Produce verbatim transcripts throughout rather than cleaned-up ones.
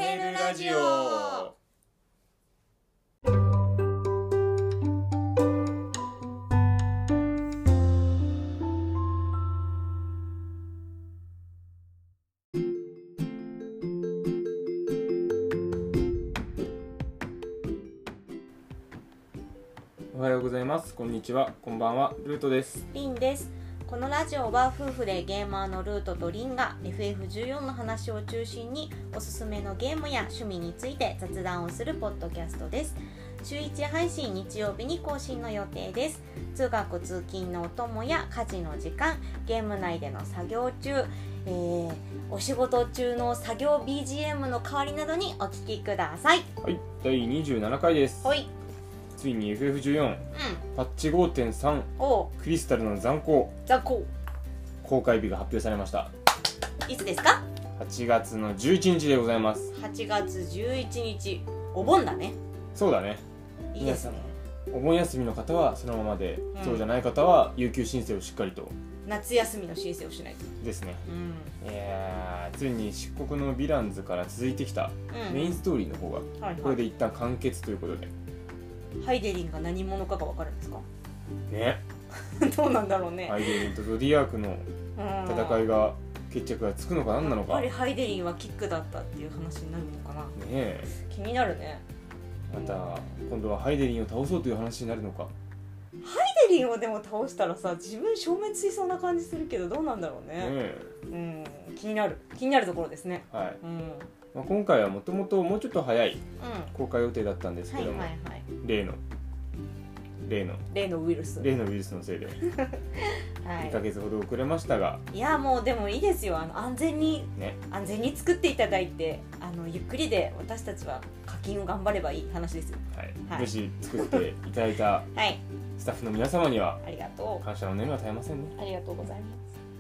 ネルラジオ。 おはようございます。こんにちは。こんばんは。ルートです。 リンです。このラジオは夫婦でゲーマーのルートとリンが エフエフじゅうよん の話を中心におすすめのゲームや趣味について雑談をするポッドキャストです。週いち配信、日曜日に更新の予定です。通学通勤のお供や家事の時間、ゲーム内での作業中、えー、お仕事中の作業 ビージーエム の代わりなどにお聞きください。 はい、だいにじゅうななかいです。 はい。 ついに エフエフじゅうよん、うん、パッチ ごてんさん クリスタルの残光残光公開日が発表されました。 いつですか？ はちがつのじゅういちにちでございます。 はちがつじゅういちにち、お盆だね。 そうだね。 いいですね。 お盆休みの方はそのままで、うん、そうじゃない方は有給申請をしっかりと。 夏休みの申請をしないとですね、 うん、 いやついに漆黒のヴィランズから続いてきたメインストーリーの方がこれで一旦完結ということで、 うん、ハイデリンが何者かが分かるんですかね。 どうなんだろうね。 ハイデリンとゾディアークの戦いが決着がつくのか何なのか。 やっぱりハイデリンはキックだったっていう話になるのかな。ねえ、 気になるね。 また今度はハイデリンを倒そうという話になるのか。 ハイデリンをでも倒したらさ、自分消滅しそうな感じするけどどうなんだろうね。ねうん、気になる気になるところですね。 はい、 うんまあ、今回はもともともうちょっと早い公開予定だったんですけども、 はいはいはい、 例の例の例のウイルス例のウイルスのせいでにかげつほど遅れましたが、 いやもうでもいいですよ。あの安全に、ね、安全に作っていただいて、あのゆっくりで私たちは課金を頑張ればいい話ですよ。 はいはい、無事作っていただいたスタッフの皆様にはありがとう、 感謝の念は絶えませんね。 ありがとうございます。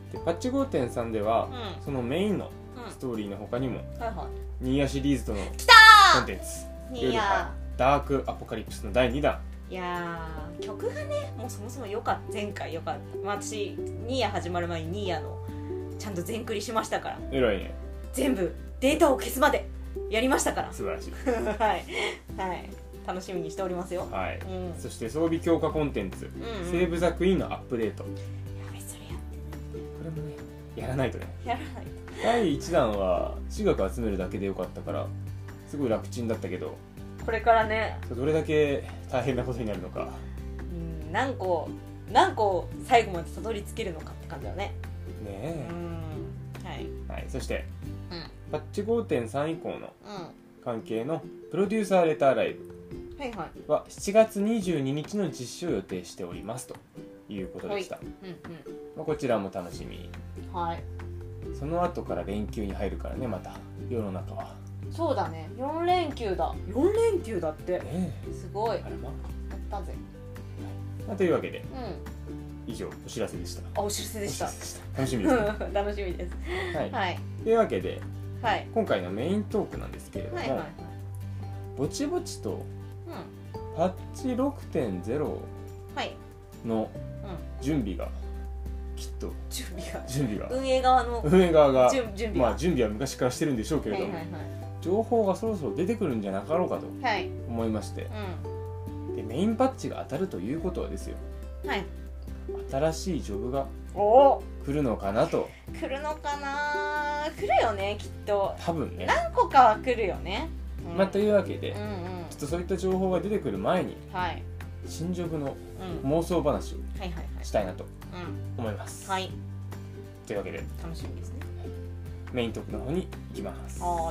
でパッチ ごてんさん では、うん、そのメインのストーリーの他にも、うんはいはい、ニーヤシリーズとのコンテンツ、ニーヤダークアポカリプスのだいにだん。 いやー、曲がねもうそもそも良かった。前回良かった、まあ、私ニーヤ始まる前にニーヤのちゃんと全クリしましたから。 偉いね。 全部データを消すまでやりましたから。 素晴らしいはい、はい、楽しみにしておりますよ。 はい、うん、そして装備強化コンテンツ、うんうん、セーブ・ザ・クイーンのアップデート。やべ、それやってこれもねやらないとね。 やらないと。 だいいちだんは私学集めるだけでよかったからすごい楽ちんだったけど、 これからねどれだけ大変なことになるのか、 うん、何個何個最後までたどり着けるのかって感じだね。 ねえ、 うん、はい、 はい、そして、 うん、 パッチ ごてんさん 以降の関係のプロデューサーレターライブはしちがつにじゅうににちの実施を予定しておりますということでした。はい、うんうん、まあ、こちらも楽しみ。 はい、その後から連休に入るからね、また世の中は。 そうだね、よんれんきゅうだ。よんれんきゅうだって、ね、すごい。あらま、やったぜ。 まあ、というわけで、 うん、 以上お知らせでした。 あ、お知らせでした。 楽しみです、ね、 楽しみです。はい、はい、 というわけで、 はい、 今回のメイントークなんですけれども、はいはいはい、ぼちぼちと、うん、パッチ ろくてんゼロ の準備が、きっと準備が準備が運営側の運営側が準備が、 まあ、準備は昔からしてるんでしょうけれども、はいはいはい、情報がそろそろ出てくるんじゃなかろうかと思いまして、はい、うん、でメインパッチが当たるということはですよ、はい、新しいジョブが来るのかなと。 来るのかな。来るよね、きっと。 多分ね、 何個かは来るよね。 うん、まあ、というわけで、うんうん、ちょっとそういった情報が出てくる前に、はい、新ジョブの妄想話をしたいなと思います。はい、というわけで楽しみですね。 メイントークの方に行きます。 はい。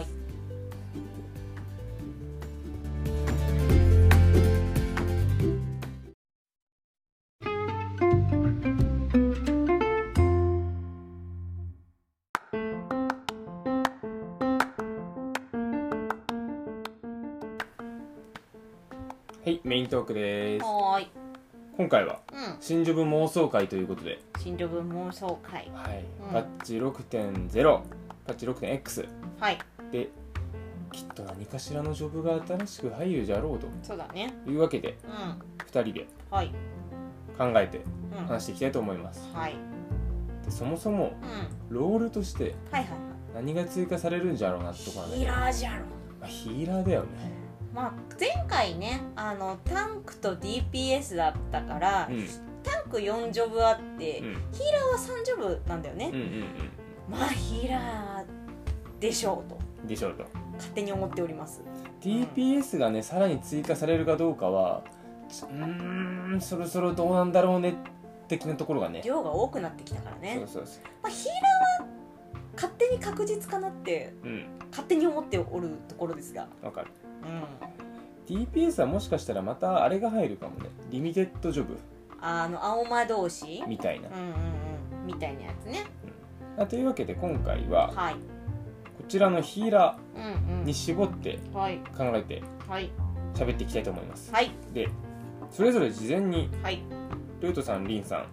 はい、メイントークです。 はい。 今回は、うん、新ジョブ妄想会ということで。 新ジョブ妄想会。 はい。うん、パッチ ろくてんゼロ、パッチ ろくてんエックス。はい。で、きっと何かしらのジョブが新しく入るじゃろうと。 そうだね。 いうわけで、うん、ふたりで考えて話していきたいと思います。うん、はい。でそもそも、うん、ロールとして何が追加されるんじゃろうなってところなんだけど。 キラーじゃろ。 まあ、ヒーラーだよね。 まあ、前回ねあのタンクと ディーピーエス だったから、うん、タンクよんジョブあって、うん、ヒーラーはさんジョブなんだよね、うんうんうん、まあヒーラーでしょうとでしょうと勝手に思っております。 ディーピーエス がねさらに追加されるかどうかはうーんそろそろどうなんだろうね的なところがね量が多くなってきたからね。 そうそうそう、 まあ、ヒーラーは勝手に確実かなって、うん、勝手に思っておるところですがわかる、うん、ディーピーエス はもしかしたらまたあれが入るかもね。リミテッドジョブあの青魔同士みたいな、うんうんうん、 みたいなやつね、 うん、というわけで今回は、はい、こちらのヒーラーに絞って考えて喋っていきたいと思います、はい、でそれぞれ事前に、はい、ルートさん、リンさん、うん、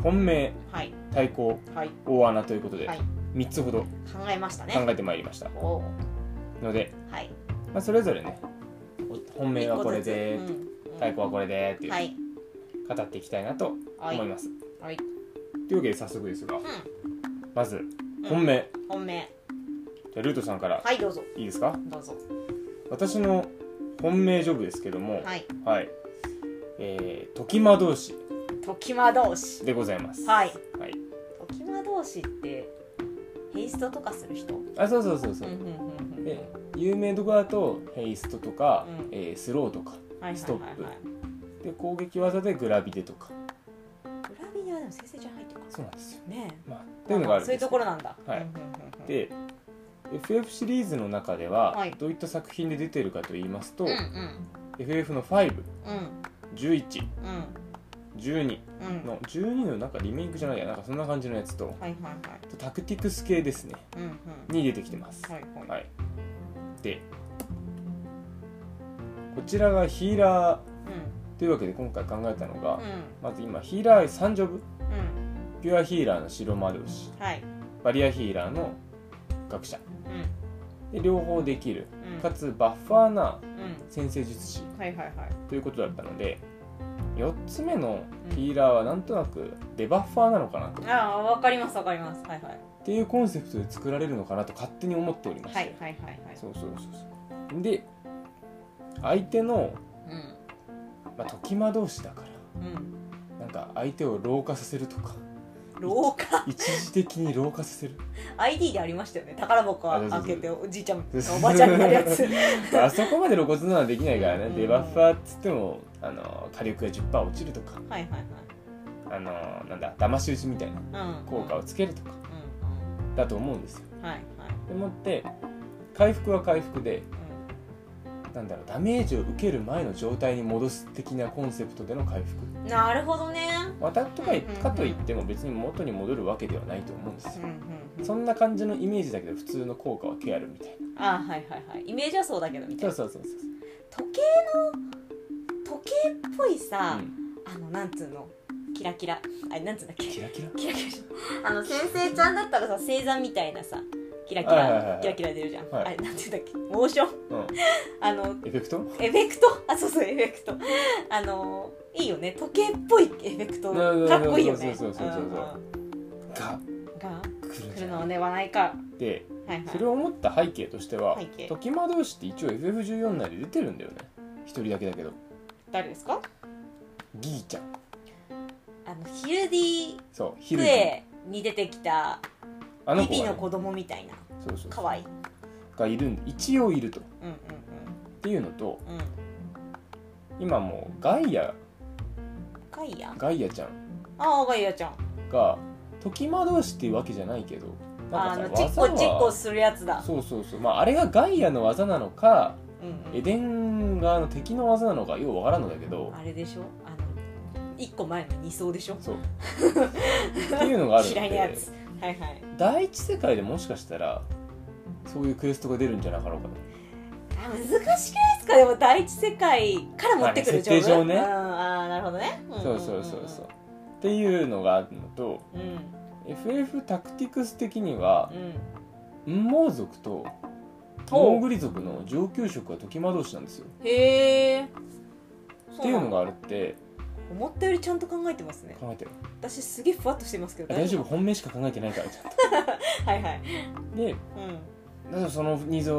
本命、はい、対抗、はい、大穴ということで、はい、みっつほど考えましたね。 考えてまいりましたので、はい、まあ、それぞれね本命はこれで、うん、対抗はこれでっていう、はい、語っていきたいなと思います、はいはい、というわけで早速ですが、うん、まず本命、 うん、本命じゃあルートさんからはいどうぞいいですか。 どうぞ。 私の本命ジョブですけども、はい、はい、えー、時間同士時間同士でございます。 はい、はい、時間同士ってヘイストとかする人。 あ、そうそうそうそう、うんうんうんうん、で有名どこだとヘイストとか、うん、えー、スローとか、はいはいはいはい、ストップで攻撃技でグラビデとか。 グラビデはでも先生じゃ入ってるか。 そうなんですよね。 まあっていうのがあるんです。 そういうところなんだ。 はい。で エフエフ シリーズの中ではどういった作品で出てるかと言いますと、うんうん、エフエフ のご、うん、じゅういち、うん、じゅうにの、うん、じゅうにのなんかリメイクじゃないやなんかそんな感じのやつと、はいはいはい、タクティクス系ですね、うんうん、に出てきてます、はいはいはい、でこちらがヒーラー、うん、というわけで今回考えたのが、うん、まず今ヒーラーさんジョブ、うん、ピュアヒーラーの白魔導士、はい、バリアヒーラーの学者、うん、で両方できる、うん、かつバッファーな先生術師、うんはいはいはい、ということだったのでよっつめのヒーラーはなんとなくデバッファーなのかなと、うん、 ああ分かります分かります、はいはい、 っていうコンセプトで作られるのかなと勝手に思っておりまして、はいはいはいはい、そうそうそうそうで相手の、うんまあ、時間同士だから、うん、なんか相手を老化させるとか老化一時的に老化させるアイディー でありましたよね。宝箱開けておじいちゃんおばあちゃんになるやつあそこまで露骨なのはできないからね、うん、デバッファーっつってもあの火力が じゅっパーセント 落ちるとか、はいはいはい、あのなんだ騙し討ちみたいな効果をつけるとか、うん、だと思うんですよ、はいはい、でもって回復は回復で、うん、なんだろうダメージを受ける前の状態に戻す的なコンセプトでの回復。 なるほどね。 またとかかといっても別に元に戻るわけではないと思うんですよ、うんうんうん、そんな感じのイメージだけど普通の効果はケアルみたいな。あはいはいはいイメージはそうだけどみたいな。 そうそうそうそう時計の時計っぽいさ、うん、あのなんつうのキラキラあれなんつうんだっけキラキラキラキラあの先生ちゃんだったらさ星座みたいなさキラキラ、はいはいはい、キラキラ出るじゃん、はい、あれなんていうんだっけモーション、うん、あのエフェクトエフェクトあそうそうエフェクトあのいいよね時計っぽいエフェクトかっこいいよね。そうそうそうそうがが来るのではないかで、はいはい、それを思った背景としては時間同士って一応 エフエフじゅうよん 内で出てるんだよね一人だけだけど。 誰ですか。 ギーちゃんあのヒルディクエに出てきたあの子、ね、ビビの子供みたいなそうそうかわいいがいるんで一応いると、うんうんうん、っていうのと、うん、今もうガイアガイアガイアちゃんああガイアちゃんが時間同士っていうわけじゃないけどなんかさあのチッコチッコするやつだ。 そうそうそう、まあ、あれがガイアの技なのか、うんうん、エデン側の敵の技なのかようわからんのだけどあれでしょあのいっこまえのに層でしょそうっていうのがあるので嫌いなやつはいはい、 第一世界でもしかしたらそういうクエストが出るんじゃなかろうかと。 あ難しくないですか。でも第一世界から持ってくる状況、設定上ね、うん、 あなるほどね、 うん、そうそうそうそうっていうのがあるのと、うん、エフエフ タクティクス的には、うん、雲毛族とモングリ族の上級職は時間同士なんですよ。 へえっていうのがあるって思ったよりちゃんと考えてますね。 考えてる。 私すげえふわっとしてますけど大丈夫。本命しか考えてないからちゃんとはいはいで、うん、だからそのニーズを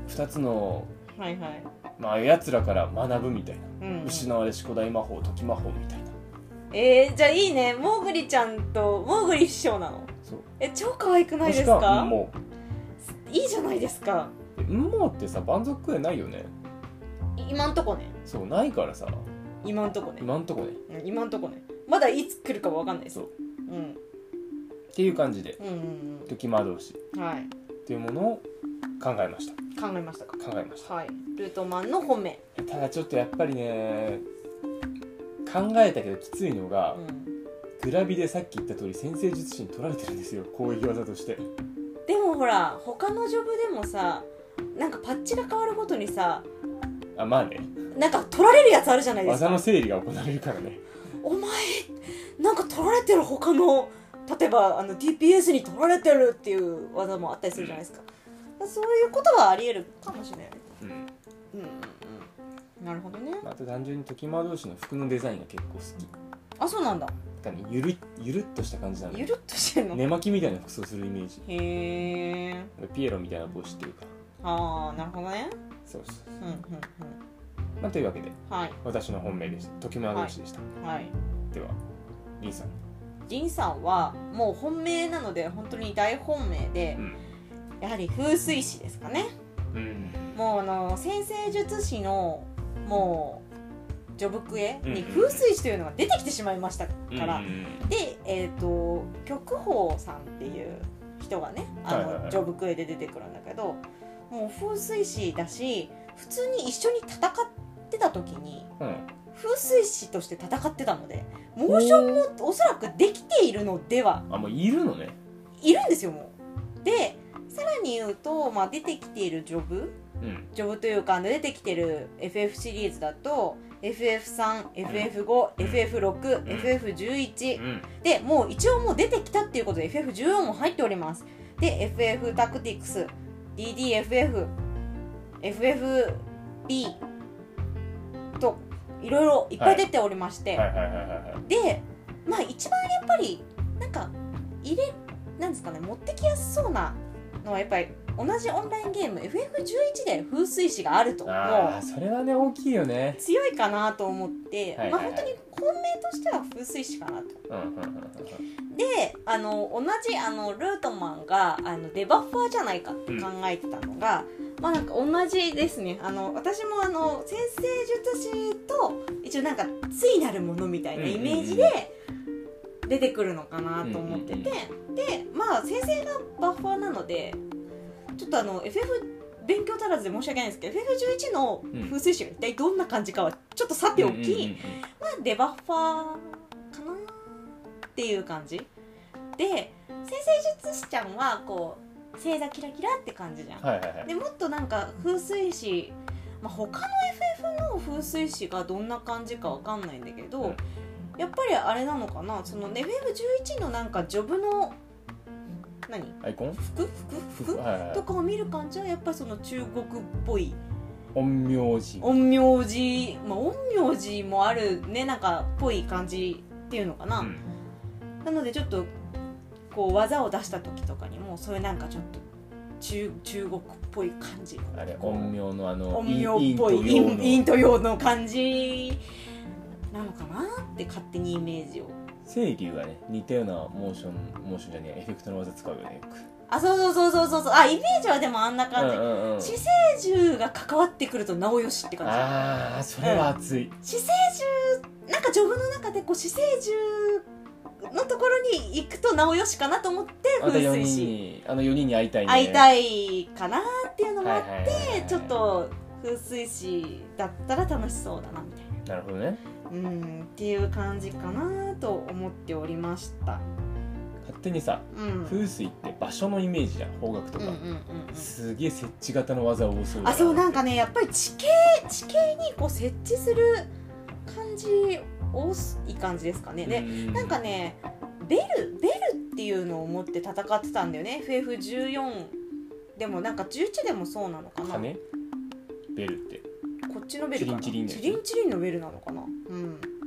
ふたつの、 はいはい、 まあやつらから学ぶみたいな、 うんうん、 失われし古代魔法時魔法みたいな。 えー、じゃあいいね。モーグリちゃんとモーグリ師匠なの。そう。え、超可愛くないですか。かもういいじゃないですか。 もうってさ、蛮族クエないよね。 今んとこね。 そう、ないからさ。 今んとこね。 今んとこね。 うん、今んとこね。まだいつ来るかわかんないです。そう。うん。 っていう感じで、うんうんうん、時魔導士っていうものを考えました。 考えましたか。 考えました。 はい。ルートマンの本命。 ただちょっとやっぱりね、考えたけどきついのが、うん、グラビでさっき言った通り先制術師に取られてるんですよ、攻撃技として。 でもほら他のジョブでもさ、なんかパッチが変わるごとにさ、 あ、まあね、 なんか取られるやつあるじゃないですか。 技の整理が行われるからね。 お前なんか取られてる、他の例えばあの ティーピーエス に取られてるっていう技もあったりするじゃないですか、うん、そういうことはあり得るかもしれない。うん、うんうんうん、なるほどね。 あと単純に時魔導士の服のデザインが結構好き。 あ、そうなんだ。 だからゆるゆるっとした感じなの。 ゆるっとしてんの。 寝巻きみたいな服装するイメージ。 へえ。 ピエロみたいな帽子っていうか。 ああ、なるほどね。 そうそうそう。 うんうんうん。 まあ、というわけで、 はい、 私の本命でした。時魔導士でした。 はい。はい、 では、リンさん。 リンさんはもう本命なので本当に大本命で、うん、やはり風水師ですかね。うん、もうあの先生術師のもうジョブクエに風水師というのが出てきてしまいましたから、うん、で、えーと、極宝さんっていう人がね、あの、はいはいはい、ジョブクエで出てくるんだけど、もう風水師だし、普通に一緒に戦ってた時に、うん、風水師として戦ってたので、モーションもおそらくできているのでは。 あ、もういるのね。 いるんですよ、もう。で、さらに言うと、まあ、出てきているジョブ、うん、ジョブというか出てきている エフエフ シリーズだと エフエフスリー、エフエフフォー、うん、エフエフシックス、うん、エフエフじゅういち、うん、で、もう一応もう出てきたっていうことで エフエフじゅうよん も入っております。で、エフエフ タクティクス、ディーディーエフエフ、エフエフビー といろいろいっぱい出ておりまして、で、まあ一番やっぱりなんか入れなんですかね、持ってきやすそうなのはやっぱり同じオンラインゲーム エフエフじゅういち で風水師があると、 あ、それはね大きいよね。 強いかなと思って、はいはいはい、まあ本当に本命としては風水師かなと。で、あの同じあのルートマンがあのデバッファーじゃないかって考えてたのが、うん、まあなんか同じですね。あの私もあの先生術師と一応なんか対なるものみたいなイメージで出てくるのかなと思ってて、でまあ先生がバッファーなのでちょっとあの エフエフ 勉強足らずで申し訳ないんですけど エフエフじゅういち の風水師が一体どんな感じかはちょっとさておき、まあデバッファーかなっていう感じで、先生術師ちゃんはこう星座キラキラって感じじゃん、はいはいはい、でもっとなんか風水師、まあ、他の エフエフ の風水師がどんな感じかわかんないんだけど、うん、やっぱりあれなのかな、その エフエフじゅういち のなんかジョブの何アイコン服服服、はいはい、とかを見る感じはやっぱりその中国っぽい陰陽師陰陽師、まあ、陰陽師もあるね、なんかっぽい感じっていうのかな、うん、なのでちょっとこう技を出した時とかにもそういうなんかちょっと 中, 中国っぽい感じ、 あれ陰陽のあの陰陽っぽい陰と陽の感じなのかなって勝手にイメージを。 青龍がね似たようなモーションモーションじゃねえエフェクトの技使うよね、よく。 あ、そうそうそうそうそう、あ、イメージはでもあんな感じ、うんうんうん、四星獣が関わってくるとなおよしって感じ。 ああ、それは熱い、うん、 四星獣なんかジョブの中でこう四星獣のところに行くとなおよしかなと思って風水師あのよにんに会いたいね会いたいかなっていうのもあって、はいはいはいはい、ちょっと風水師だったら楽しそうだなみたいな。なるほどね、 うんっていう感じかなと思っておりました。 勝手にさ、うん、風水って場所のイメージじゃん、方角とか、うんうんうんうん、すげえ設置型の技を多そうだな。 あ、そう、なんかねやっぱり地形地形にこう設置する感じ多い感じですかね。で、んなんかねベルベルっていうのを持って戦ってたんだよね、 エフエフじゅうよん でもなんかじゅういちでもそうなのかな。 羽ベルってこっちのベルかな、 チリンチリンチリンチリンのベルなのかな、うん、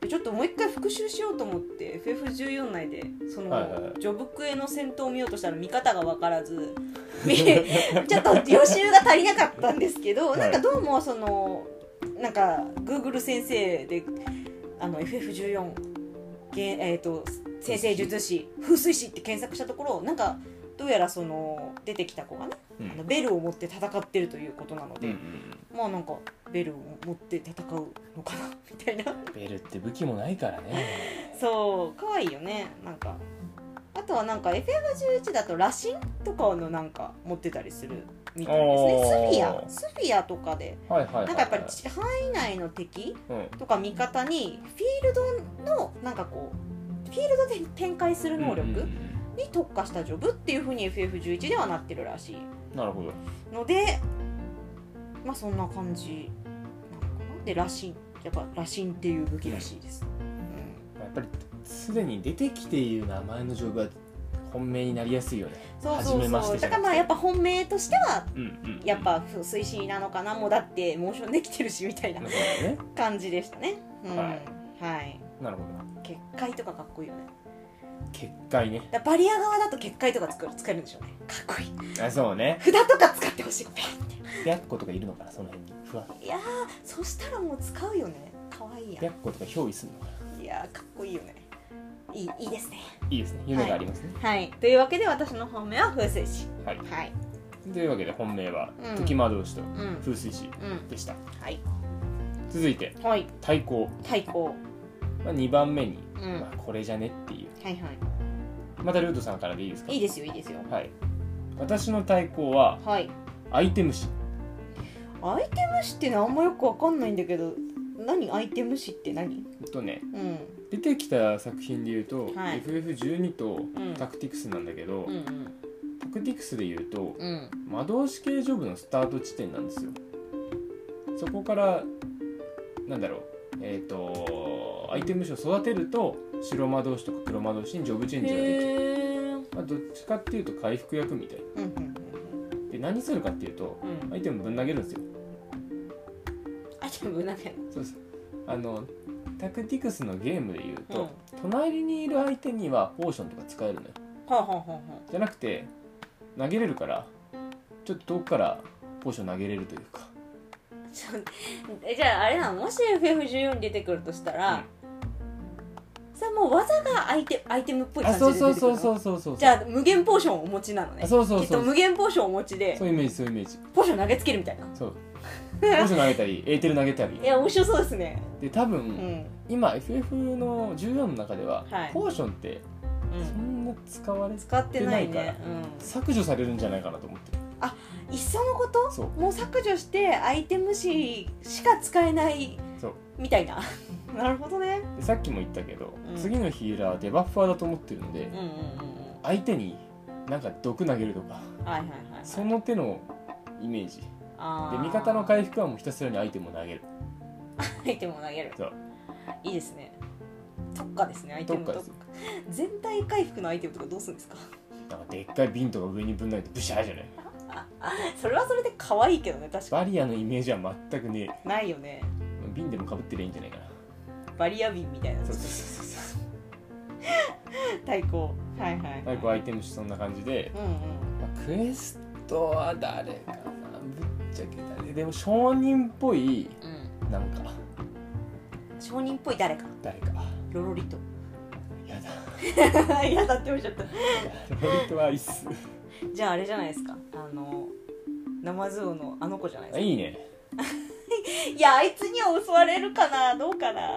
でちょっともう一回復習しようと思って エフエフじゅうよん 内でその、はいはいはい、ジョブクエの戦闘を見ようとしたら見方が分からずちょっと予習が足りなかったんですけど、はい、なんかどうもそのなんか Google 先生であの エフエフじゅうよん、えー、と先生術師風水師って検索したところなんかどうやらその出てきた子がね、うん、あのベルを持って戦ってるということなので、うんうん、まあなんかベルを持って戦うのかなみたいな。 ベルって武器もないからね。 そう可愛いよね。なんかあとはなんか エフエフじゅういち だと羅針とかのなんか持ってたりするみたいですね。スフィアスフィアとかで、はいはいはいはい、なんかやっぱり範囲内の敵とか味方にフィールドのなんかこうフィールドで展開する能力、うんうんうんに特化したジョブっていう風に エフエフじゅういち ではなってるらしい。 なるほど。 ので、まあそんな感じなのかな。で、羅針、やっぱ羅針っていう武器らしいです。 うん、やっぱりすでに出てきている名前のジョブは本命になりやすいよね。 そうそうそう。初めましてだからまあやっぱ本命としては、うんうんうん、やっぱ水死なのかな。もうだってモーションできてるしみたいな感じでしたね。うん、はい。はい。 なるほど。 結界とかかっこいいよね。 結界ね。 だバリア側だと結界とか使えるんでしょうね。かっこいい。 あ、そうね。 札とか使ってほしい。 白虎とかいるのかな、その辺に。ふわ。 いやー、そしたらもう使うよね。かわいいやん。 白虎とか憑依するのかな。いやー、かっこいいよね。いい、いいですね。 いいですね。夢がありますね。 はい。はい、というわけで私の本命は風水師。 はい。はい。というわけで本命は、うん、時魔導士と風水師でした。うんうん、はい。続いて、はい、太閤。 太閤。 まあにばんめに、うん、まあこれじゃねっていう。はいはい。またルートさんからでいいですか？ いいですよいいですよ。 はい。私の太閤は、はい、アイテム誌。 アイテム誌ってのはあんまよくわかんないんだけど、何アイテム誌って何？ えっとね、うん、出てきた作品でいうと、はい、エフエフじゅうに とタクティクスなんだけど、うんうんうん、タクティクスでいうと、うん、魔導士系ジョブのスタート地点なんですよ。そこからなんだろう、えっとアイテム誌を育てると白魔導士とか黒魔導士にジョブチェンジができる、まあ、どっちかっていうと回復役みたいな、うんうんうん、で何するかっていうと、うん、アイテムぶん投げるんですよ。 アイテムぶん投げる？ そうです。あのタクティクスのゲームでいうと、うん、隣にいる相手にはポーションとか使えるのよ、はあはあはあ、じゃなくて投げれるからちょっと遠くからポーション投げれるというか。 じゃああれなの、もし エフエフじゅうよん に出てくるとしたら、うん、それもう技がアイテ、アイテムっぽい感じで出てくるの？そうそうそうそう。じゃあ無限ポーションをお持ちなのね。そうそうそう。きっと無限ポーションをお持ちで、 そういうイメージそういうイメージ。 ポーション投げつけるみたいな。そう。 ポーション投げたりエーテル投げたり。 いや面白そうですね。 で多分、うん、今 エフエフ のじゅうよんの中では、はい、ポーションってそんな使われてないから、ね、うん、削除されるんじゃないかなと思ってる。 あ、いっそのこと？そう。もう削除してアイテム誌しか使えないみたいな。なるほどね。 でさっきも言ったけど、うん、次のヒーラーはデバッファーだと思ってるので、うんうんうん、相手になんか毒投げるとか、はいはいはいはい、その手のイメージで、味方の回復はもうひたすらにアイテムを投げる。 アイテムを投げる。そう。いいですね。特化ですね、アイテム特化。全体回復のアイテムとかどうするんですか？ なんかでっかい瓶とか上にぶん投げてブシャーじゃない。 それはそれで可愛いけどね、確かに。 バリアのイメージは全くねえ。ないよね。 瓶でも被ってりゃいいんじゃないかな。 バリア瓶みたいな。そうそうそうそう。太鼓。はいはい、はい。 太鼓アイテムしそんな感じで、うんうん、まあ、クエストは誰かな、ぶっちゃけ誰でも商人っぽい、うん、なんか商人っぽい誰か。 誰か。 ロロリト。 やだ。 やだっておっしゃった。 ロロリトはいいっす。 じゃああれじゃないですか、あのナマズ王のあの子じゃないですか。 いいね。 いや、あいつには襲われるかな、どうかな。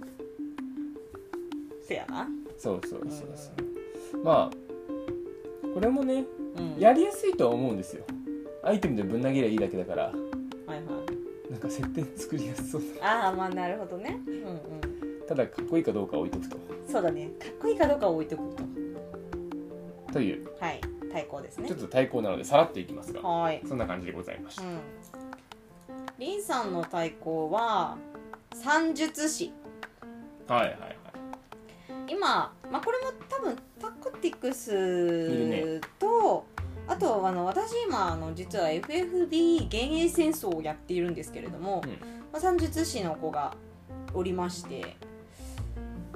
せやな。 そうそうそうそう、うん、まあこれもね、うん、やりやすいとは思うんですよ。アイテムでぶん投げりゃいいだけだから、はいはい、なんか設定作りやすそう。 ああ、まあなるほどね、うんうん、 ただかっこいいかどうかは置いとくと。 そうだね、かっこいいかどうかは置いとくとという、 はい、太鼓ですね。 ちょっと太鼓なのでさらっていきますが、はい、そんな感じでございました。うん、 リンさんの太鼓は算術師。はいはいはい。今、まあ、これも多分タクティクスと、ね、あとあの私今あの実は エフエフディー 幻影戦争をやっているんですけれども、うん、まあ、算術師の子がおりまして、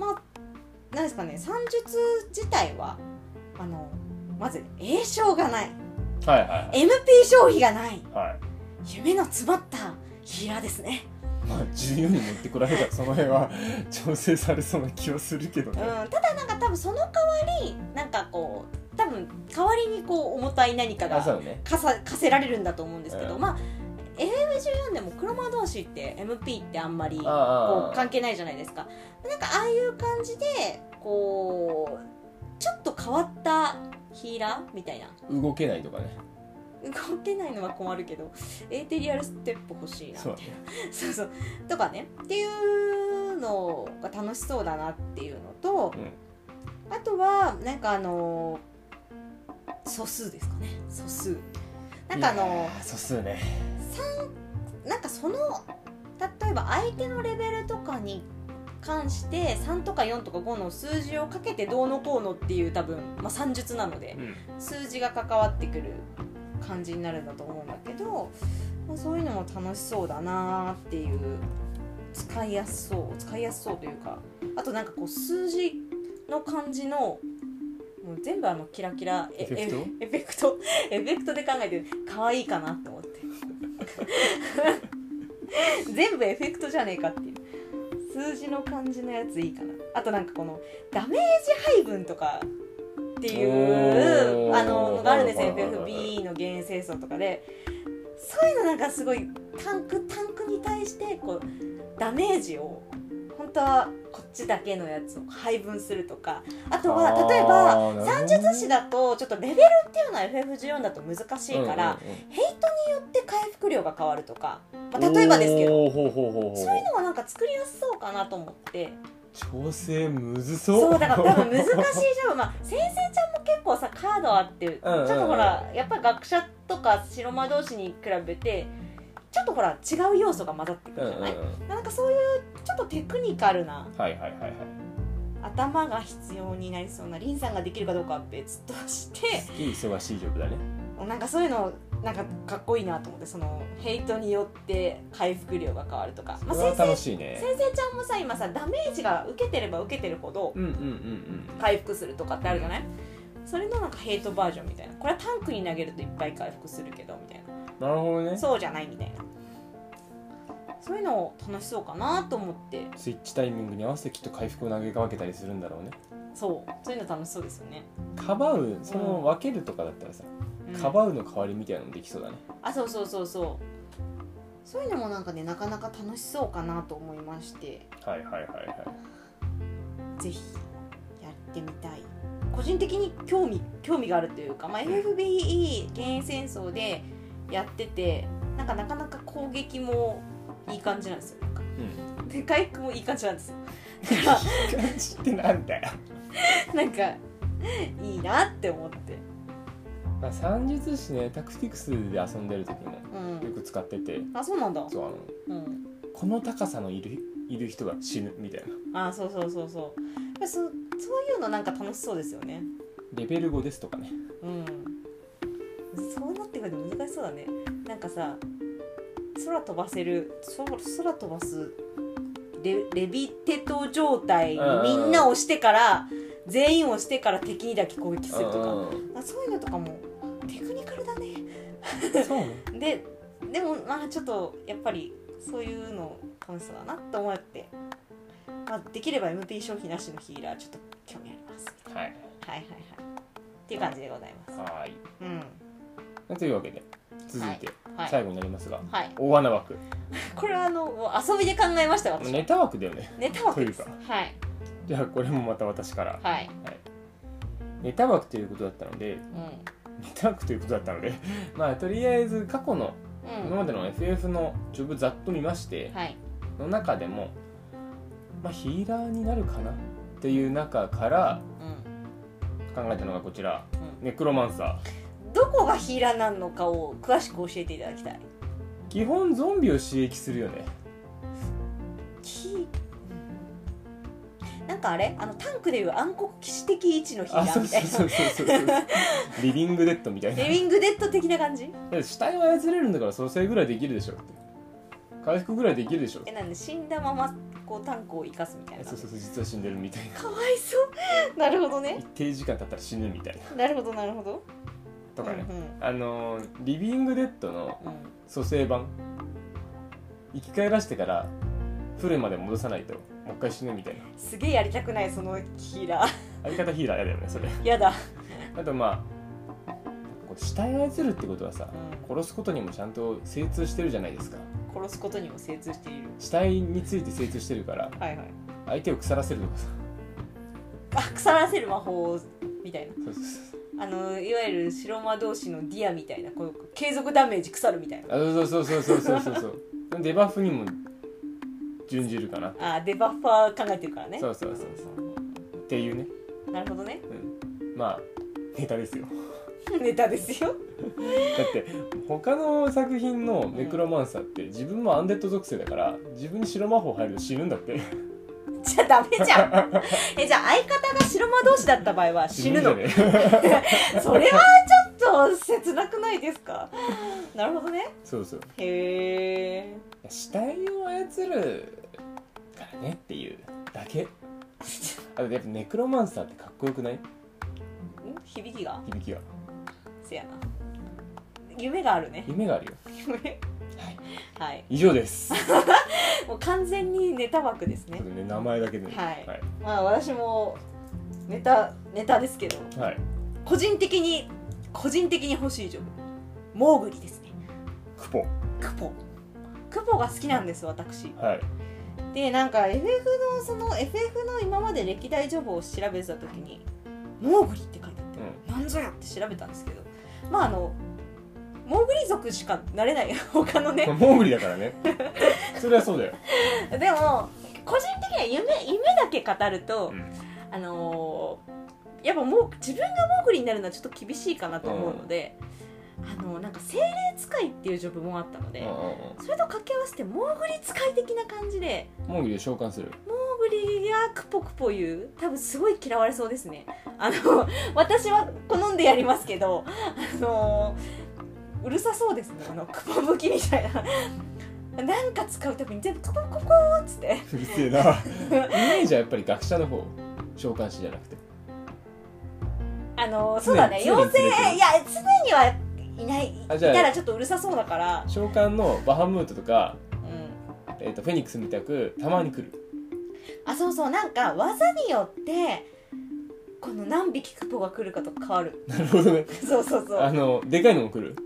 まあなんですかね、算術自体はあのまず栄称がない、 はいはいはい、 エムピー 消費がない、 はい、 夢の詰まったヒーラーですね。 まあじゅうよんに持ってこられたらその辺は調整されそうな気はするけどね、 うん、ただなんか多分その代わりなんかこう多分代わりにこう重たい何かが課さ、課せられるんだと思うんですけど、うん、まあ エフエフじゅうよん でも黒魔同士って エムピー ってあんまりこう関係ないじゃないですか。なんかああいう感じでこうちょっと変わったヒーラーみたいな、 動けないとかね、 動けないのは困るけどエーテリアルステップ欲しいなみたいな、そうそうとかねっていうのが楽しそうだなっていうのと、うん、あとはなんかあの素数ですかね、素数なんかあの素数ね、 なんかその例えば相手のレベルとかに関してさんとかよんとかごの数字をかけてどうのこうのっていう多分、まあ、算術なので、うん、数字が関わってくる感じになるんだと思うんだけど、まあ、そういうのも楽しそうだなっていう、使いやすそう使いやすそうというか、あとなんかこう数字の感じのもう全部あのキラキラエフェクトエフェクトエフェクトで考えて可愛いかなって思って全部エフェクトじゃねえかっていう、数字の感じのやついいかな。あとなんかこのダメージ配分とかっていうあののがあるんですよ、 エフエフビー の原生層とかで。そういうのなんかすごいタンクタンクに対してこうダメージを本当はこっちだけのやつを配分するとか、あとは例えば算術師だとちょっとレベルっていうのは エフエフじゅうよん だと難しいから、うんうんうん、ヘイトによって回復量が変わるとか、まあ、例えばですけどそういうのはなんか作りやすそうかなと思って。 調整むずそう。 そうだから多分難しいじゃん、まあ、先生ちゃんも結構さカードあって、うんうん、ちょっとほらやっぱり学者とか白魔同士に比べてちょっとほら違う要素が混ざってくるじゃない、うんうんうん、なんかそういうちょっとテクニカルな、 はいはいはいはい、 頭が必要になりそうな、リンさんができるかどうかは別としていい忙しいジョブだね。 なんかそういうのなんかかっこいいなと思って、そのヘイトによって回復量が変わるとか、 まあ、それは楽しいね。 先生ちゃんもさ今さダメージが受けてれば受けてるほど回復するとかってあるじゃない、うんうんうんうん、それのなんかヘイトバージョンみたいな、これはタンクに投げるといっぱい回復するけどみたいな、なるほどね、 そうじゃないみたいな、そういうの楽しそうかなと思って。 スイッチタイミングに合わせてきっと回復を投げ分けたりするんだろうね。 そうそういうの楽しそうですよね。 かばう、その分けるとかだったらさ、うん、かばうの代わりみたいなのできそうだね。 あ、そうそうそうそう、そういうのもなんかねなかなか楽しそうかなと思いまして、 はいはいはいはい、 ぜひやってみたい、個人的に興味興味があるというか、まあ、エフエフビーイー 原戦争でやってて、なんかなかなか攻撃もいい感じなんですよ、なんか、うん、で回復もいい感じなんですよ。だからいい感じってなんだよなんかいいなって思って、 まあ、算術師ね、タクティクスで遊んでる時もよく使ってて、うん、 あ、そうなんだ。 そう、あの、うん、この高さのいるいる人が死ぬみたいな、あ、そうそうそうそう、そ, そういうのなんか楽しそうですよね。 レベルごですとかね、 うん、そうなってくると難しそうだね。なんかさ、空飛ばせる、空飛ばす レ, レビテト状態にみんな押してから全員押してから敵にだけ攻撃するとか、あ、そういうのとかもテクニカルだね。 そうねで, でもまあちょっとやっぱりそういうの楽しそうだなと思って、まあ、できれば エムピー 消費なしのヒーラーちょっと興味あります、 はい、 はいはいはいっていう感じでございます。 はい、 うん、 というわけで続いて最後になりますが、 はい、 大穴枠これはあの遊びで考えましたよ、私。 ネタ枠だよね。 ネタ枠です。 というか、 はい、 じゃあこれもまた私から、 はいはい、 ネタ枠ということだったので、うん、ネタ枠ということだったのでまあとりあえず過去の、うん、今までの エフエフ のジョブざっと見まして、はい、の中でも、まあ、ヒーラーになるかなっていう中から考えたのがこちら、うん、ネクロマンサー。 どこがヒーラーなのかを詳しく教えていただきたい。 基本ゾンビを刺激するよね。 なんかあれ、あのタンクでいう暗黒騎士的位置のヒーラーみたいな。 そうそうそうそうそうリビングデッドみたいな。 リビングデッド的な感じ。 死体を操れるんだから蘇生ぐらいできるでしょって。回復ぐらいできるでしょ。 え、なんで死んだままこ行炭鉱を生かすみたいな。 そうそうそう、実は死んでるみたいな。 かわいそうなるほどね。 一定時間経ったら死ぬみたいな。 なるほどなるほど。 とかね、うんうん、あのリビングデッドの蘇生版、うん、生き返らせてからフルまで戻さないともう一回死ぬみたいな。 すげえやりたくない、そのヒーラー。 あり方ヒーラーやだよねそれ。 やだ。 あとまあ死体を操るってことはさ、うん、殺すことにもちゃんと精通してるじゃないですか。 殺すことにも精通している。 死体について精通してるから、はいはい、相手を腐らせるとかさ。 あ、腐らせる魔法みたいな。そうそうそう。あのいわゆる白魔導士のディアみたいな、こう継続ダメージ腐るみたいな。 あ、そうそうそうそうそうそうそうデバフにも準じるかな。 あ、デバフは考えてるからね。 そうそうそうそうっていうね。 なるほどね、 うん、まあネタですよネタですよだって他の作品のネクロマンサーって自分もアンデッド属性だから自分に白魔法入ると死ぬんだってじゃあダメじゃんえ、じゃあ相方が白魔導士だった場合は死ぬの？死ぬんじゃねそれはちょっと切なくないですか？なるほどね。 そうそう。 へえ。 死体を操るからねっていうだけあとやっぱネクロマンサーってかっこよくない？ん？ 響きが？ 響きが。 せやな。夢があるね。 夢があるよ。 夢はい。はい。 以上です。 もう完全にネタ枠ですね。 そうね、名前だけで、ね。 はい。はい、まあ私もネタネタですけど、はい、個人的に個人的に欲しいジョブ、モーグリですね。 クポ。 クポ。クポが好きなんです私。 はい。 でなんか エフエフ のその エフエフ の今まで歴代ジョブを調べてた時にモーグリって書いてあって、うん、なんぞやって調べたんですけど、まああのモーグリ族しかなれない他のねモーグリだからねそれはそうだよでも個人的には夢夢だけ語ると、うん、あのー、やっぱもう自分がモーグリになるのはちょっと厳しいかなと思うので、うん、あのー、なんか精霊使いっていうジョブもあったので、うん、それと掛け合わせてモーグリ使い的な感じでモーグリを召喚する。 モーグリがクポクポ言う、多分すごい嫌われそうですね。あの私は好んでやりますけど、あのーうるさそうですね、あのクポ武器みたいななんか使うたびに全部クポクポーっつってうるせえなイメージはやっぱり学者の方、召喚師じゃなくてあのそうだね、妖精、いや常にはいない、いたらちょっとうるさそうだから召喚のバハムートとか、うんえー、とフェニックスみたくたまに来る。 あ、そうそう、なんか技によってこの何匹クポが来るかと変わる。 なるほどねそうそうそう、 あのでかいのも来る。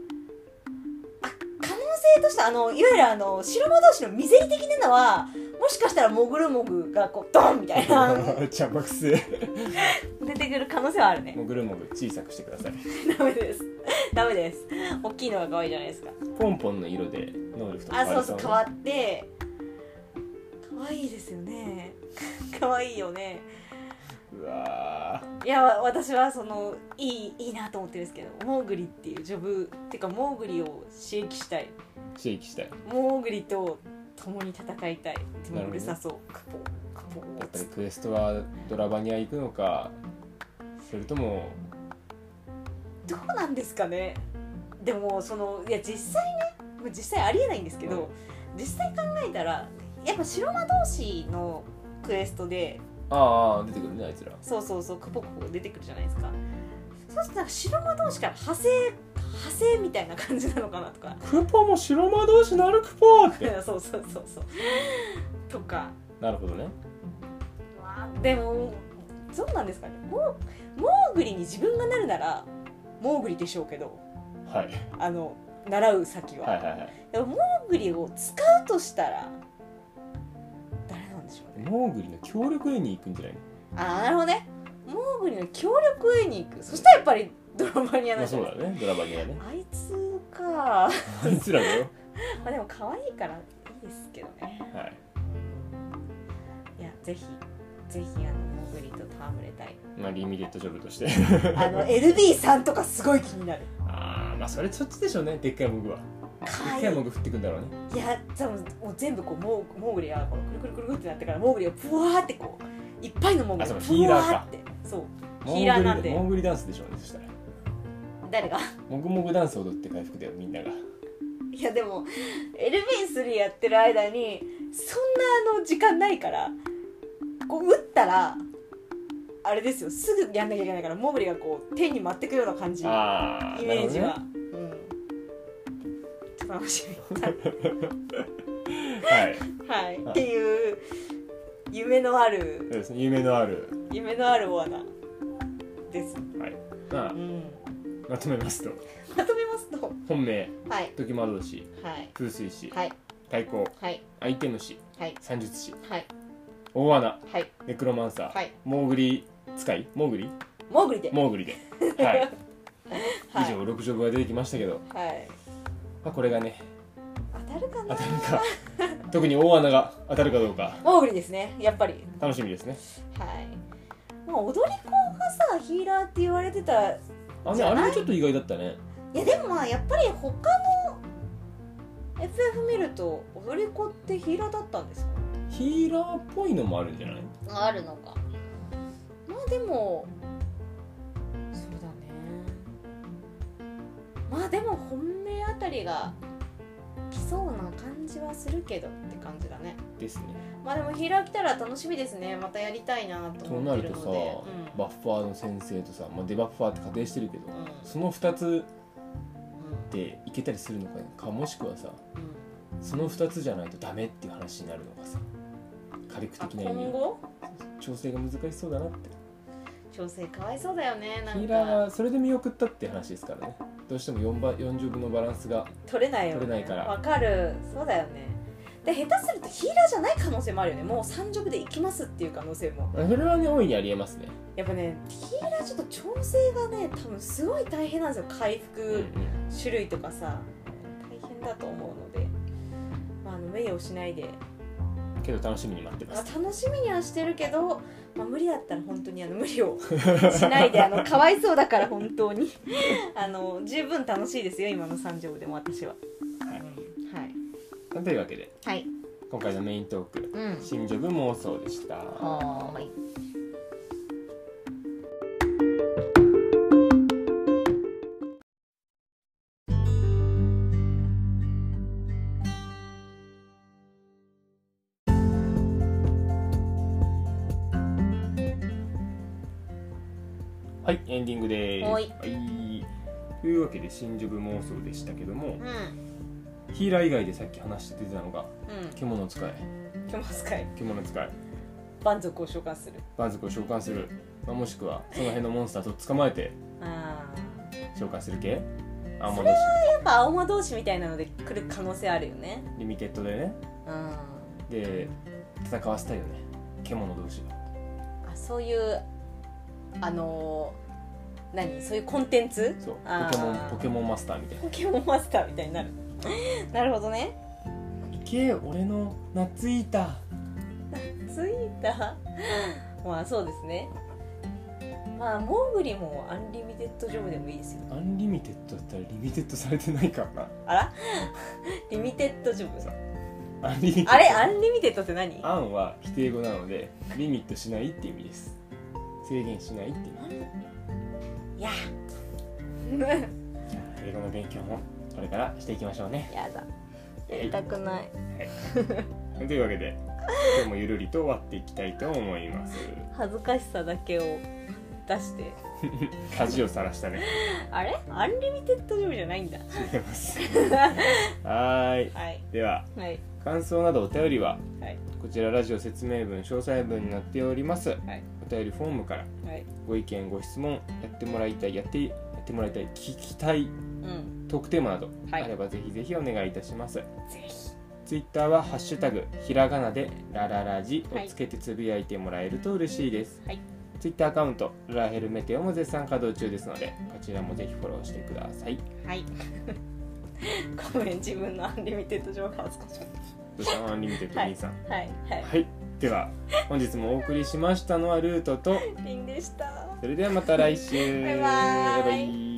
としてあのいわゆるあの白魔同士のミゼリ的なのはもしかしたらモグルモグがこうドンみたいな邪魔くせえ出てくる可能性はあるね。 モグルモグ小さくしてくださいダメですダメです。大きいのが可愛いじゃないですか。 ポンポンの色で能力とか変わる。 あ、そうそう、変わって可愛いですよね可愛いよね。 うわいや私はそのいいいいなと思ってるんですけど、モーグリっていうジョブっていうかモーグリを刺激したい刺激したいモーグリと共に戦いたい。でもうるさそう、クポクポ。 やっぱりクエストはドラバニア行くのか、それともどうなんですかね。でもそのいや実際ね、実際ありえないんですけど、うん、実際考えたらやっぱ白魔同士のクエストでああ出てくるね、あいつら。 そうそうそう、クポクポ出てくるじゃないですか。そうするとなんか白魔同士から派生派生みたいな感じなのかなとか。 クポも白魔同士なるクポってそうそうそうそうとか。 なるほどね。 まあでもそうなんですかね。モーモーグリに自分がなるならモーグリでしょうけど、 はい、 あの習う先は、 はいはいはい、 でもモーグリを使うとしたら誰なんでしょうね。 モーグリの協力絵に行くんじゃないの。 ああ、なるほどね。モーグリの協力絵に行く。そしたらやっぱりドラバニアなんじゃないですか。 まあ、そうだね、ドラバニアね。 あいつかあいつらだよまあでも可愛いからいいですけどね。 はい。 いや、ぜひぜひあのモーグリと戯れたい。 まあリミテッドジョブとしてあの エルビー さんとかすごい気になる。 ああ、まあそれそっちでしょうね。でっかいモグはでっかいモグ降ってくんだろうね。 いや、多分もう全部こうモーモーグリがこうくるくるくるくるってなってからモーグリがブワーってこういっぱいのモーグリがブワーってそうヒーラーなんでモーグリダンスでしょうね。そしたら誰がモグモグダンス踊って回復だよみんなが。 いやでも エルビースリー やってる間にそんなあの時間ないから、こう打ったらあれですよ、すぐやんなきゃいけないから、モーグリがこう天に舞ってくような感じ、イメージは、ね、うん、ちょっと楽しみはい、はい、っていう夢のある、 そうですね、夢のある夢のあるオアナです。 はい、まあ、うん、まとめますとまとめますと本命、 はい、 時魔導士、 はい、 風水師、 はい、 太鼓、 はい、 相手虫、 はい、 算術師、 はい、 大穴、 はい、 ネクロマンサー、 はい、 モーグリ使い、モーグリモーグリでモーグリではい、以上ろく条が出てきましたけど、 はい、 まあ、これがね当たるかな、 当たるか特に大穴が当たるかどうか、 モーグリですね、やっぱり楽しみですね。 はい、まあ、踊り子がさヒーラーって言われてたあれ、あれはちょっと意外だったね。 いやでもまあやっぱり他の エフエフ 見ると踊り子ってヒーラーだったんですか？ ヒーラーっぽいのもあるんじゃない？ あるのか。まあでもそうだね、まあでも本命あたりが来そうな感じはするけどって感じだね。 ですね。 まあでもヒーラー来たら楽しみですね。またやりたいなと思ってるので。 となるとさ、うん、バッファーの先生とさ、まあ、デバッファーって仮定してるけど、うん、そのふたつでいけたりするのか、ね、かもしくはさ、うん、そのふたつじゃないとダメっていう話になるのかさ、火力的な意味、 今後調整が難しそうだなって。 調整かわいそうだよね。なんかヒーラーはそれで見送ったって話ですからね。どうしてもよんばよんじゅうぶんのバランスが取れないよね。 取れないから。 わかる。そうだよね。で下手するとヒーラーじゃない可能性もあるよね。もうさん色でいきますっていう可能性も。 それはね、大いにありえますね。 やっぱね、ヒーラーちょっと調整がね、多分すごい大変なんですよ。回復種類とかさ、大変だと思うので、まあ、あの名誉しないで。 けど楽しみに待ってます。 楽しみにはしてるけど、まあ、無理だったら本当にあの無理をしないで、あのかわいそうだから本当にあの十分楽しいですよ、今のさん条でも私は。はい、 はい、というわけで、 はい、 今回のメイントーク、うん、新ジョブ妄想でした。 はーい。 はい、エンディングです。 はい、 はい、というわけで新ジョブ妄想でしたけども、 うん、 ヒーラー以外でさっき話して出てたのが、 うん、 獣使い獣使い獣使い蛮族を召喚する蛮族を召喚する、まあ、もしくはその辺のモンスターと捕まえて召喚する系。 青魔同士、それはやっぱ青魔同士みたいなので来る可能性あるよね。 リミテッドでね、うん、で戦わせたいよね、獣同士が。 あ、そういうあのー、何、そういうコンテンツ、 そう、ポケモン、ポケモンマスターみたいな、 ポケモンマスターみたいになるなるほどね。 いけ、俺のナッツイーターナッツイーターまあそうですね。まあモーグリもアンリミテッドジョブでもいいですよ。 アンリミテッドだったらリミテッドされてないからな。 あらリミテッドジョブさ、 アンリミテッド、 あれアンリミテッドって何？ アンは否定語なのでリミットしないって意味です。制限しないって意味。 いや英語の勉強もこれからしていきましょうね。 やだ、やりたくない、はいというわけで今日もゆるりと終わっていきたいと思います。 恥ずかしさだけを出して恥をさらしたねあれアンリミテッドジョブじゃないんだ。 違いますはい、はい、では、はい、感想などお便りは、はい、こちらラジオ説明文詳細文になっております、はい、お便りフォームから、はい、ご意見ご質問やってもらいたいやってやってもらいたい聞きたい、うん、トークテーマなどあればぜひぜひお願いいたします。ぜひツイッターはハッシュタグひらがなでラララジをつけてつぶやいてもらえると嬉しいです、はい、ツイッターアカウントラヘルメテオも絶賛稼働中ですのでこちらもぜひフォローしてください。はいごめん、自分のアンリミテッド上が恥ずかしかった。 どうしたアンリミテッド兄さん。 はいはい、 はい、では本日もお送りしましたのはルートとリンでした。 それではまた来週バイバイ。バイバイ。